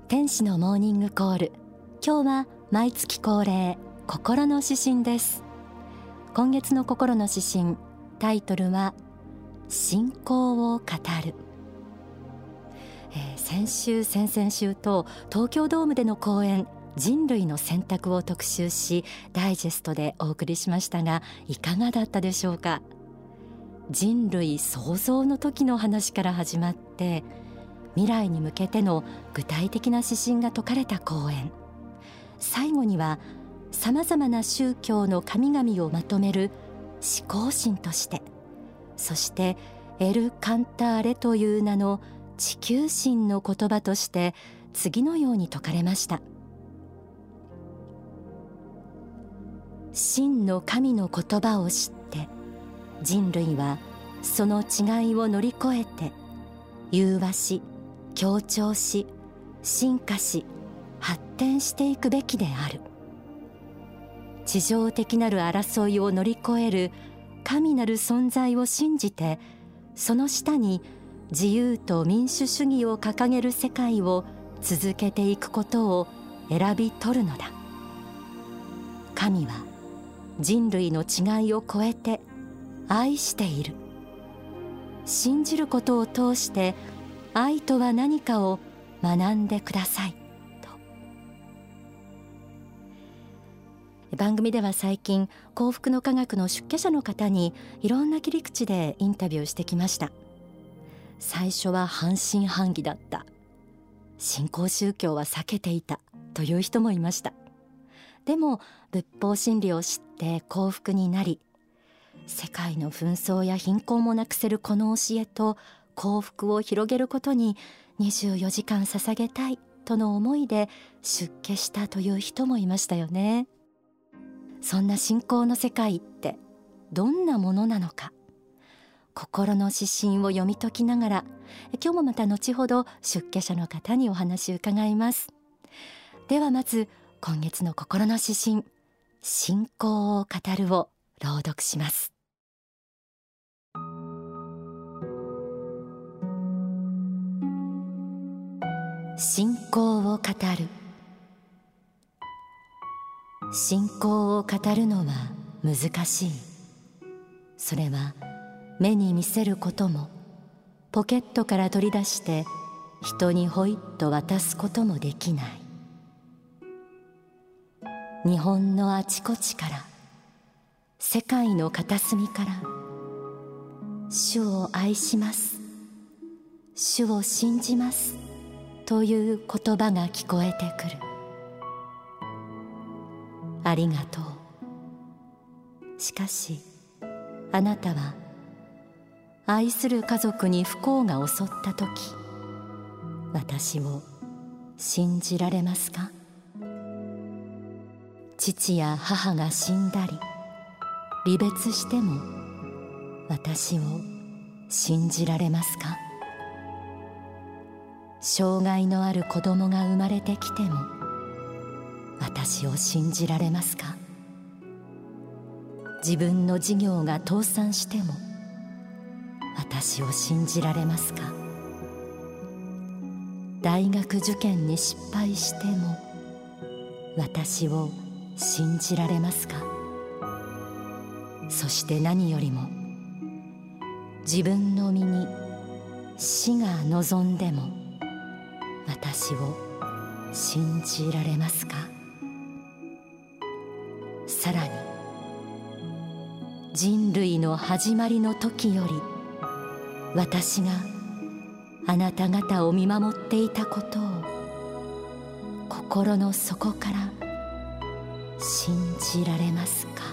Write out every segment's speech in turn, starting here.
天使のモーニングコール。今日は毎月恒例、心の指針です。今月の心の指針、タイトルは信仰を語る。先週先々週と東京ドームでの公演、人類の選択を特集し、ダイジェストでお送りしましたが、いかがだったでしょうか。人類創造の時の話から始まって、未来に向けての具体的な指針が説かれた講演、最後にはさまざまな宗教の神々をまとめる思考神として、そしてエル・カンターレという名の地球神の言葉として次のように説かれました。真の神の言葉を知って、人類はその違いを乗り越えて融和し、協調し、進化し、発展していくべきである。地上的なる争いを乗り越える神なる存在を信じて、その下に自由と民主主義を掲げる世界を続けていくことを選び取るのだ。神は人類の違いを超えて愛している。信じることを通して愛とは何かを学んでくださいと。番組では最近、幸福の科学の出家者の方にいろんな切り口でインタビューしてきました。最初は半信半疑だった、新興宗教は避けていたという人もいました。でも仏法真理を知って幸福になり、世界の紛争や貧困もなくせるこの教えと幸福を広げることに24時間捧げたいとの思いで出家したという人もいましたよね。そんな信仰の世界ってどんなものなのか、心の指針を読み解きながら、今日もまた後ほど出家者の方にお話を伺います。ではまず今月の心の指針、信仰を語るを朗読します。信仰を語る。信仰を語るのは難しい。それは目に見せることも、ポケットから取り出して人にほいっと渡すこともできない。日本のあちこちから、世界の片隅から、主を愛します、主を信じますという言葉が聞こえてくる。ありがとう。しかしあなたは愛する家族に不幸が襲ったとき、私を信じられますか？父や母が死んだり離別しても私を信じられますか？障害のある子供が生まれてきても私を信じられますか？自分の事業が倒産しても私を信じられますか？大学受験に失敗しても私を信じられますか？そして何よりも、自分の身に死が望んでも私を信じられますか？さらに、人類の始まりの時より私があなた方を見守っていたことを心の底から信じられますか？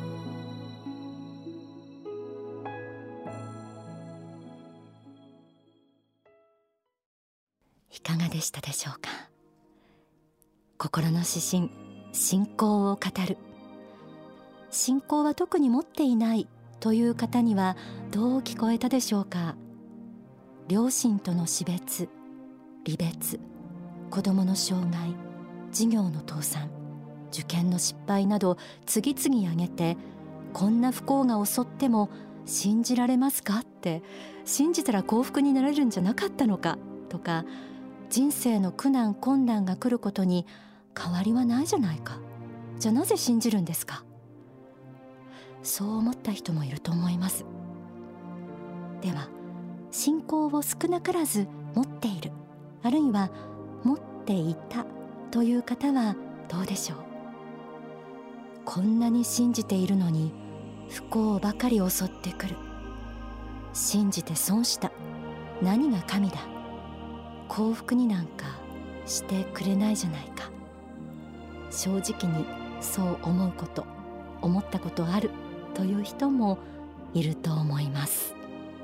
いかがでしたでしょうか。心の指針、信仰を語る。信仰は特に持っていないという方にはどう聞こえたでしょうか。両親との死別、離別、子どもの障害、事業の倒産、受験の失敗など次々挙げて、こんな不幸が襲っても信じられますかって、信じたら幸福になれるんじゃなかったのかとか、 人生の苦難困難が来ることに変わりはないじゃないか。じゃあなぜ信じるんですか。そう思った人もいると思います。では信仰を少なからず持っている、あるいは持っていたという方はどうでしょう。こんなに信じているのに不幸ばかり襲ってくる。信じて損した。何が神だ。幸福になんかしてくれないじゃないか。正直にそう思うこと、思ったことあるという人もいると思います。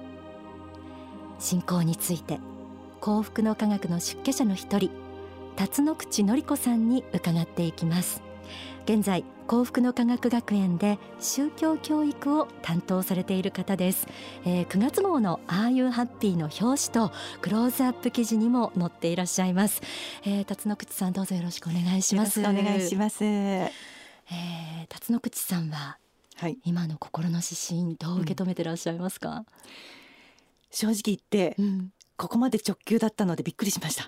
信仰について幸福の科学の出家者の一人、辰野口典子さんに伺っていきます。現在幸福の科学学園で宗教教育を担当されている方です。9月号のAre You Happyの表紙とクローズアップ記事にも載っていらっしゃいます。辰野口さん、どうぞよろしくお願いします。 よろしくお願いします。 辰野口さんは、はい、今の心の指針どう受け止めてらっしゃいますか。 正直言って、ここまで直球だったのでびっくりしました。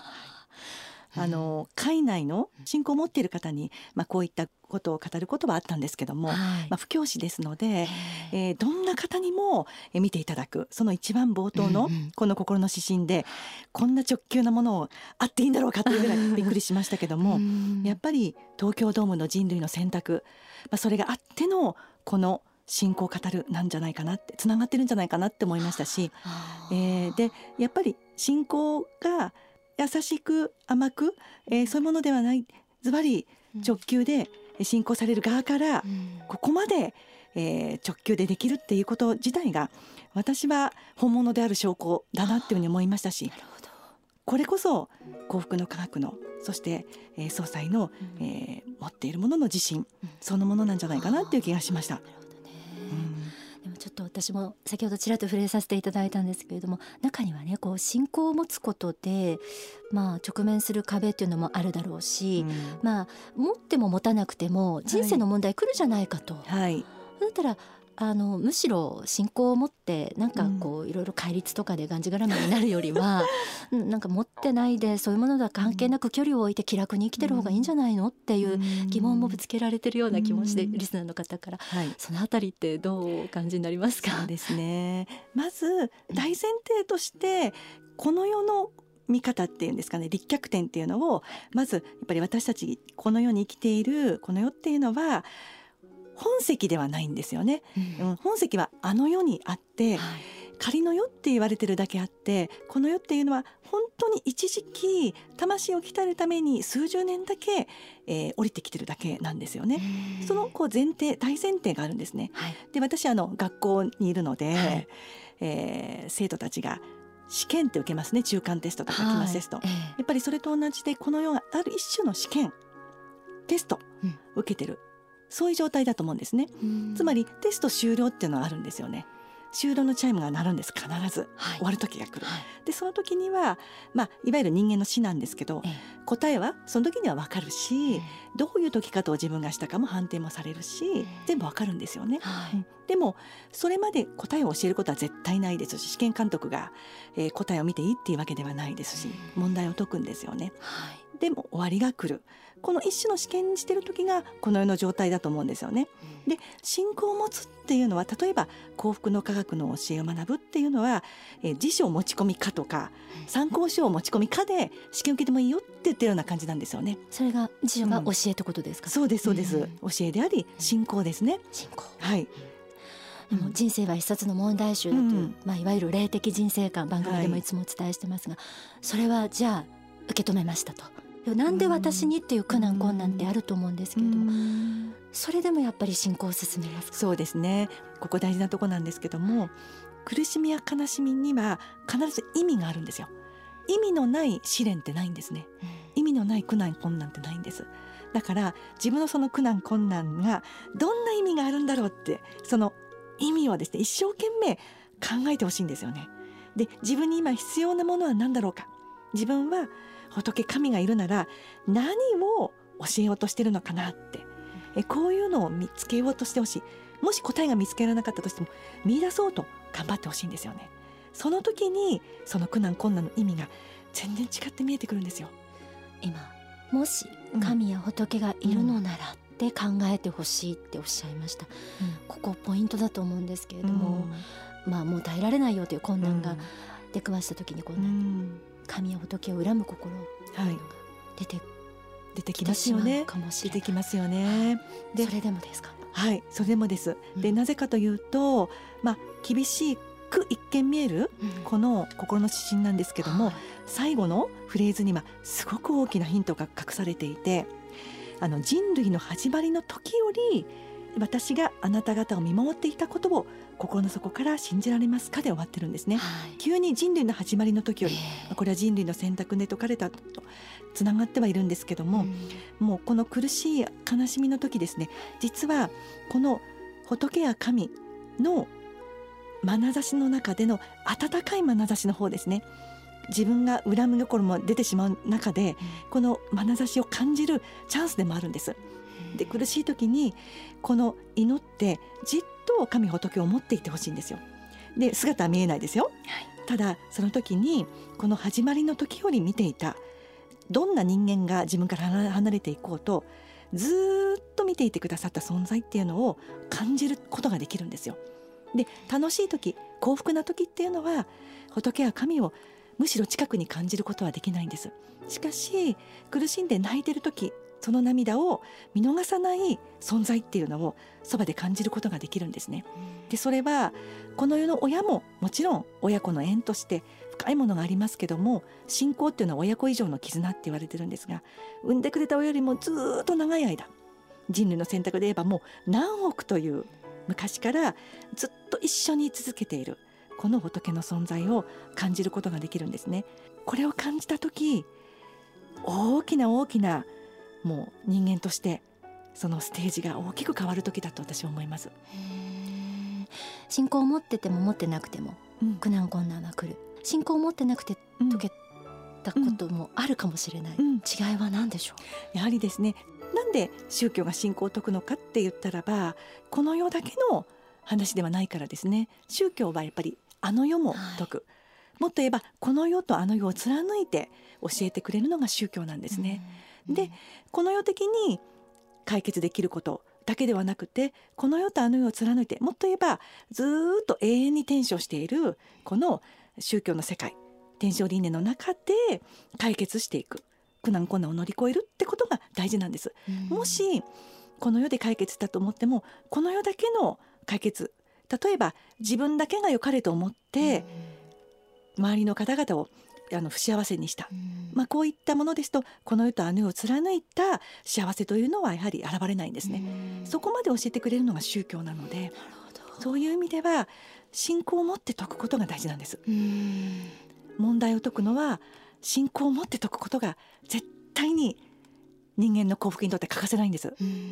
海内の信仰を持っている方に、こういったことを語ることはあったんですけども、布教師ですので、どんな方にも見ていただく、その一番冒頭のこの心の指針で、こんな直球なものをあっていいんだろうかというぐらいびっくりしましたけどもやっぱり東京ドームの人類の選択、それがあってのこの信仰を語るなんじゃないかなって、つながってるんじゃないかなって思いましたし、でやっぱり信仰が優しく甘く、そういうものではない、ズバリ直球で信仰される側からここまで、直球でできるっていうこと自体が、私は本物である証拠だなっていうふうに思いましたし、これこそ幸福の科学の、そして、総裁の、持っているものの自信そのものなんじゃないかなっていう気がしました。 でもちょっと私も先ほどちらっと触れさせていただいたんですけれども、中にはね、こう信仰を持つことで、直面する壁っていうのもあるだろうし、持っても持たなくても人生の問題来るじゃないかと、だったらむしろ信仰を持ってなんかこういろいろ戒律とかでがんじがらめになるよりはなんか持ってないで、そういうものとは関係なく距離を置いて気楽に生きてる方がいいんじゃないのっていう疑問もぶつけられてるような気もして、リスナーの方から、そのあたりってどうお感じになりますか。 そうですね、まず大前提としてこの世の見方っていうんですかね、立脚点っていうのをまずやっぱり私たちこの世に生きているこの世っていうのは本籍ではないんですよね、本籍はあの世にあって、仮の世って言われてるだけあって、この世っていうのは本当に一時期魂を鍛えるために数十年だけ、降りてきてるだけなんですよね。そのこう前提、大前提があるんですね、で私学校にいるので、生徒たちが試験って受けますね。中間テストとか期末テスト、やっぱりそれと同じでこの世がある一種の試験テスト受けてる、そういう状態だと思うんですね。つまりテスト終了っていうのはあるんですよね。終了のチャイムが鳴るんです、必ず、終わる時が来る、でその時には、いわゆる人間の死なんですけど、答えはその時には分かるし、どういう解き方を自分がしたかも判定もされるし、全部分かるんですよね、でもそれまで答えを教えることは絶対ないですし、試験監督が、答えを見ていいっていうわけではないですし、問題を解くんですよね、でも終わりが来る、この一種の試験にしてる時がこの世の状態だと思うんですよね。で信仰を持つっていうのは、例えば幸福の科学の教えを学ぶっていうのは、辞書を持ち込みかとか、参考書を持ち込みかで試験受けてもいいよって言ってるような感じなんですよね。 それが辞書が教えってことですか。 そうですそうです、教えであり信仰ですね。 信仰、 でも人生は一冊の問題集だという、いわゆる霊的人生観、番組でもいつもお伝えしてますが、それはじゃあ受け止めましたと。なんで私にっていう苦難困難ってあると思うんですけれども、それでもやっぱり信仰を進めますか。 そうですね、ここ大事なとこなんですけども、苦しみや悲しみには必ず意味があるんですよ。意味のない試練ってないんですね、意味のない苦難困難ってないんです。だから自分のその苦難困難がどんな意味があるんだろうって、その意味をですね、一生懸命考えてほしいんですよね。で自分に今必要なものは何だろうか、自分は仏神がいるなら何を教えようとしてるのかなって、こういうのを見つけようとしてほしい。もし答えが見つけられなかったとしても見出そうと頑張ってほしいんですよね。その時にその苦難困難の意味が全然違って見えてくるんですよ。 今もし神や仏がいるのならって考えてほしいっておっしゃいました、ここポイントだと思うんですけれども、もう耐えられないよという困難が出くわした時にこんな、神や仏を恨む心というのが出てきますよね。 出てきますよね。 でそれでもですか？ はい、それでもです。でなぜかというと、厳しく一見見えるこの心の指針なんですけども、最後のフレーズにはすごく大きなヒントが隠されていて、人類の始まりの時より私があなた方を見守っていたことを心の底から信じられますかで終わってるんですね、急に人類の始まりの時より、これは人類の選択で説かれたとつながってはいるんですけども、もうこの苦しい悲しみの時ですね、実はこの仏や神の眼差しの中での温かい眼差しの方ですね、自分が恨む心も出てしまう中で、この眼差しを感じるチャンスでもあるんです。で苦しい時にこの祈ってじっと神仏を思っていてほしいんですよ。で姿は見えないですよ、ただその時にこの始まりの時より見ていた、どんな人間が自分から離れていこうとずっと見ていてくださった存在っていうのを感じることができるんですよ。で楽しい時、幸福な時っていうのは仏や神をむしろ近くに感じることはできないんです。しかし苦しんで泣いてる時、その涙を見逃さない存在っていうのをそばで感じることができるんですね。でそれはこの世の親ももちろん親子の縁として深いものがありますけども、信仰っていうのは親子以上の絆って言われてるんですが、産んでくれた親よりもずっと長い間、人類の選択で言えばもう何億という昔からずっと一緒に続けているこの仏の存在を感じることができるんですね。これを感じた時、大きなもう人間としてそのステージが大きく変わる時だと私は思います。 信仰を持ってても持ってなくても、苦難困難は来る。信仰を持ってなくて解けたこともあるかもしれない、違いは何でしょう？ やはりですね、なんで宗教が信仰を解くのかって言ったらば、この世だけの話ではないからですね。宗教はやっぱりあの世も解く、もっと言えばこの世とあの世を貫いて教えてくれるのが宗教なんですね。でこの世的に解決できることだけではなくて、この世とあの世を貫いて、もっと言えばずっと永遠に転生しているこの宗教の世界、転生輪廻の中で解決していく、苦難困難を乗り越えるってことが大事なんです。もしこの世で解決したと思っても、この世だけの解決、例えば自分だけが良かれと思って周りの方々を不幸せにした、こういったものですと、この世とあの世を貫いた幸せというのはやはり現れないんですね。そこまで教えてくれるのが宗教なので、そういう意味では信仰を持って解くことが大事なんです。問題を解くのは信仰を持って解くことが絶対に人間の幸福にとって欠かせないんです。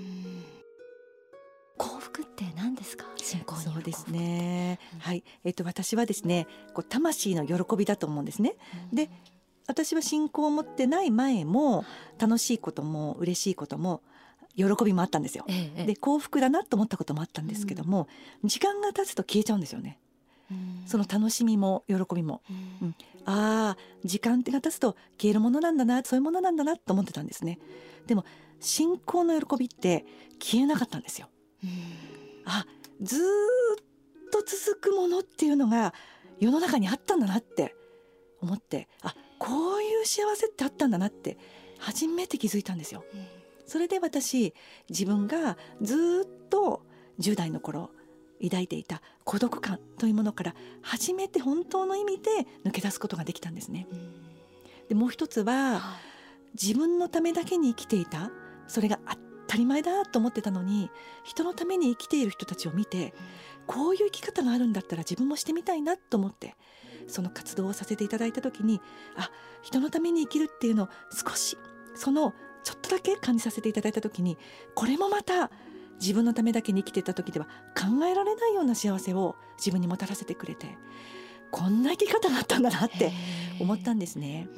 幸福って何ですか？信仰による幸福。 そうですね、私はですね、魂の喜びだと思うんですね。で私は信仰を持ってない前も楽しいことも嬉しいことも喜びもあったんですよ、で幸福だなと思ったこともあったんですけども、時間が経つと消えちゃうんですよね。その楽しみも喜びも、時間が経つと消えるものなんだな、そういうものなんだなと思ってたんですね。でも信仰の喜びって消えなかったんですよ。ずっと続くものっていうのが世の中にあったんだなって思って、こういう幸せってあったんだなって初めて気づいたんですよ。それで私、自分がずっと10代の頃抱いていた孤独感というものから初めて本当の意味で抜け出すことができたんですね。でもう一つは、自分のためだけに生きていた、それが当たり前だと思ってたのに、人のために生きている人たちを見て、こういう生き方があるんだったら自分もしてみたいなと思って、その活動をさせていただいた時に、人のために生きるっていうのを少しちょっとだけ感じさせていただいた時に、これもまた自分のためだけに生きていた時では考えられないような幸せを自分にもたらせてくれて、こんな生き方があったんだなって思ったんですね。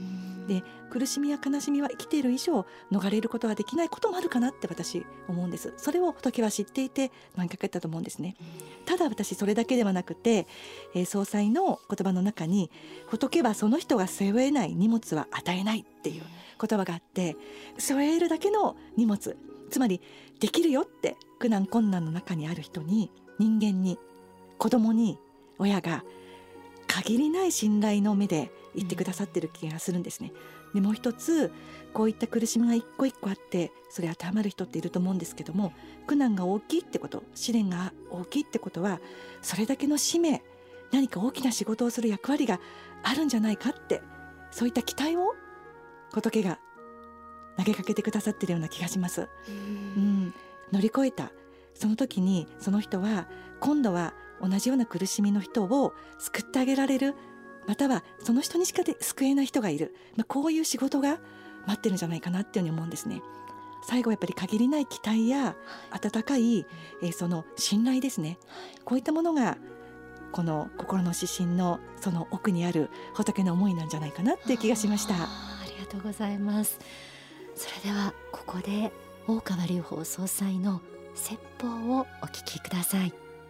で苦しみや悲しみは生きている以上逃れることができないこともあるかなって私思うんです。それを仏は知っていて問いかけたと思うんですね。ただ私それだけではなくて、総裁の言葉の中に仏はその人が背負えない荷物は与えないっていう言葉があって、背負えるだけの荷物、つまりできるよって苦難困難の中にある人に、人間に、子供に親が限りない信頼の目で言ってくださってる気がするんですね。でもう一つこういった苦しみが一個一個あってそれ当てはまる人っていると思うんですけども、苦難が大きいってこと、試練が大きいってことはそれだけの使命、何か大きな仕事をする役割があるんじゃないかって、そういった期待を仏が投げかけてくださってるような気がします。乗り越えたその時にその人は今度は同じような苦しみの人を救ってあげられる、またはその人にしか救えない人がいる、こういう仕事が待ってるんじゃないかなっていうふうに思うんですね。最後やっぱり限りない期待や温かい、その信頼ですね。こういったものがこの心の指針のその奥にある仏の思いなんじゃないかなっていう気がしました。 ありがとうございます。それではここで大川隆法総裁の説法をお聞きください。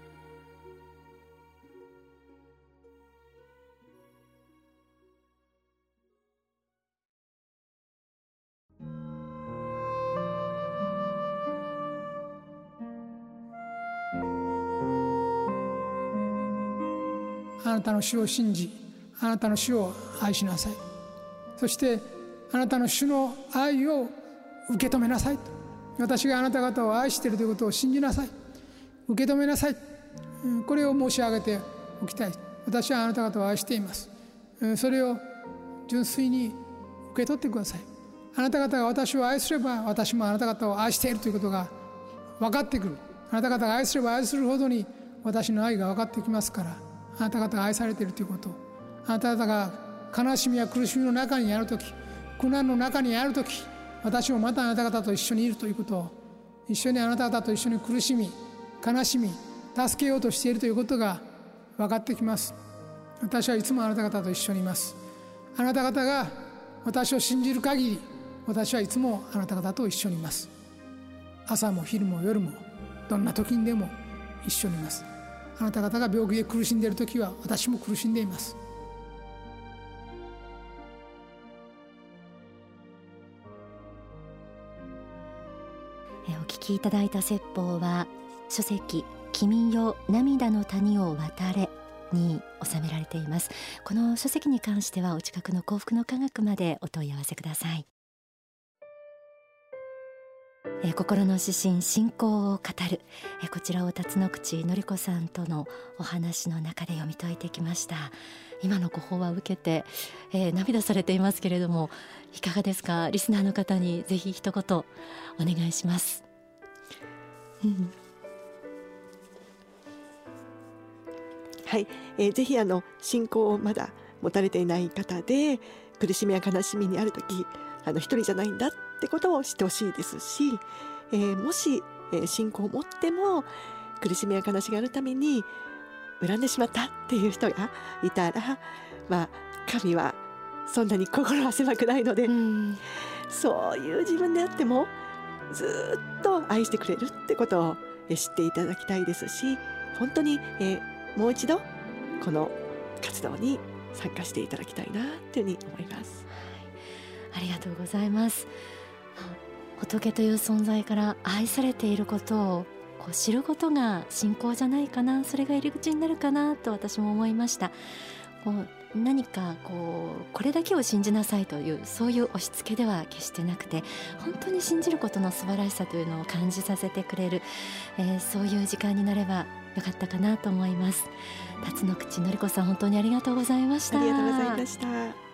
あなたの主を信じ、あなたの主を愛しなさい。そしてあなたの主の愛を受け止めなさい。私があなた方を愛しているということを信じなさい。受け止めなさい。これを申し上げておきたい。私はあなた方を愛しています。それを純粋に受け取ってください。あなた方が私を愛すれば、私もあなた方を愛しているということが分かってくる。あなた方が愛すれば愛するほどに私の愛が分かってきますから、あなた方が愛されているということ、あなた方が悲しみや苦しみの中にあるとき、苦難の中にあるとき、私もまたあなた方と一緒にいるということを、一緒にあなた方と一緒に苦しみ、悲しみ、助けようとしているということが分かってきます。私はいつもあなた方と一緒にいます。あなた方が私を信じる限り、私はいつもあなた方と一緒にいます。朝も昼も夜もどんな時にでも一緒にいます。あなた方が病気で苦しんでいる時は私も苦しんでいます。 お聞きいただいた説法は書籍君よ涙の谷を渡れに収められています。この書籍に関してはお近くの幸福の科学までお問い合わせください。心の指針信仰を語る、こちらを辰野口典子さんとのお話の中で読み解いてきました。今のご法話を受けて、涙されていますけれども、いかがですか？リスナーの方にぜひ一言お願いします。 はい、ぜひ信仰をまだ持たれていない方で、苦しみや悲しみにあるとき一人じゃないんだってことを知ってほしいですし、もし、信仰を持っても苦しみや悲しみがあるために恨んでしまったっていう人がいたら、神はそんなに心は狭くないので、そういう自分であってもずっと愛してくれるってことを知っていただきたいですし、本当に、もう一度この活動に参加していただきたいなというふうに思います。 ありがとうございます。仏という存在から愛されていることを知ることが信仰じゃないかな、それが入り口になるかなと私も思いました。何かこれだけを信じなさいというそういう押し付けでは決してなくて、本当に信じることの素晴らしさというのを感じさせてくれる、そういう時間になればよかったかなと思います。辰野口典子さん、本当にありがとうございました。 ありがとうございました。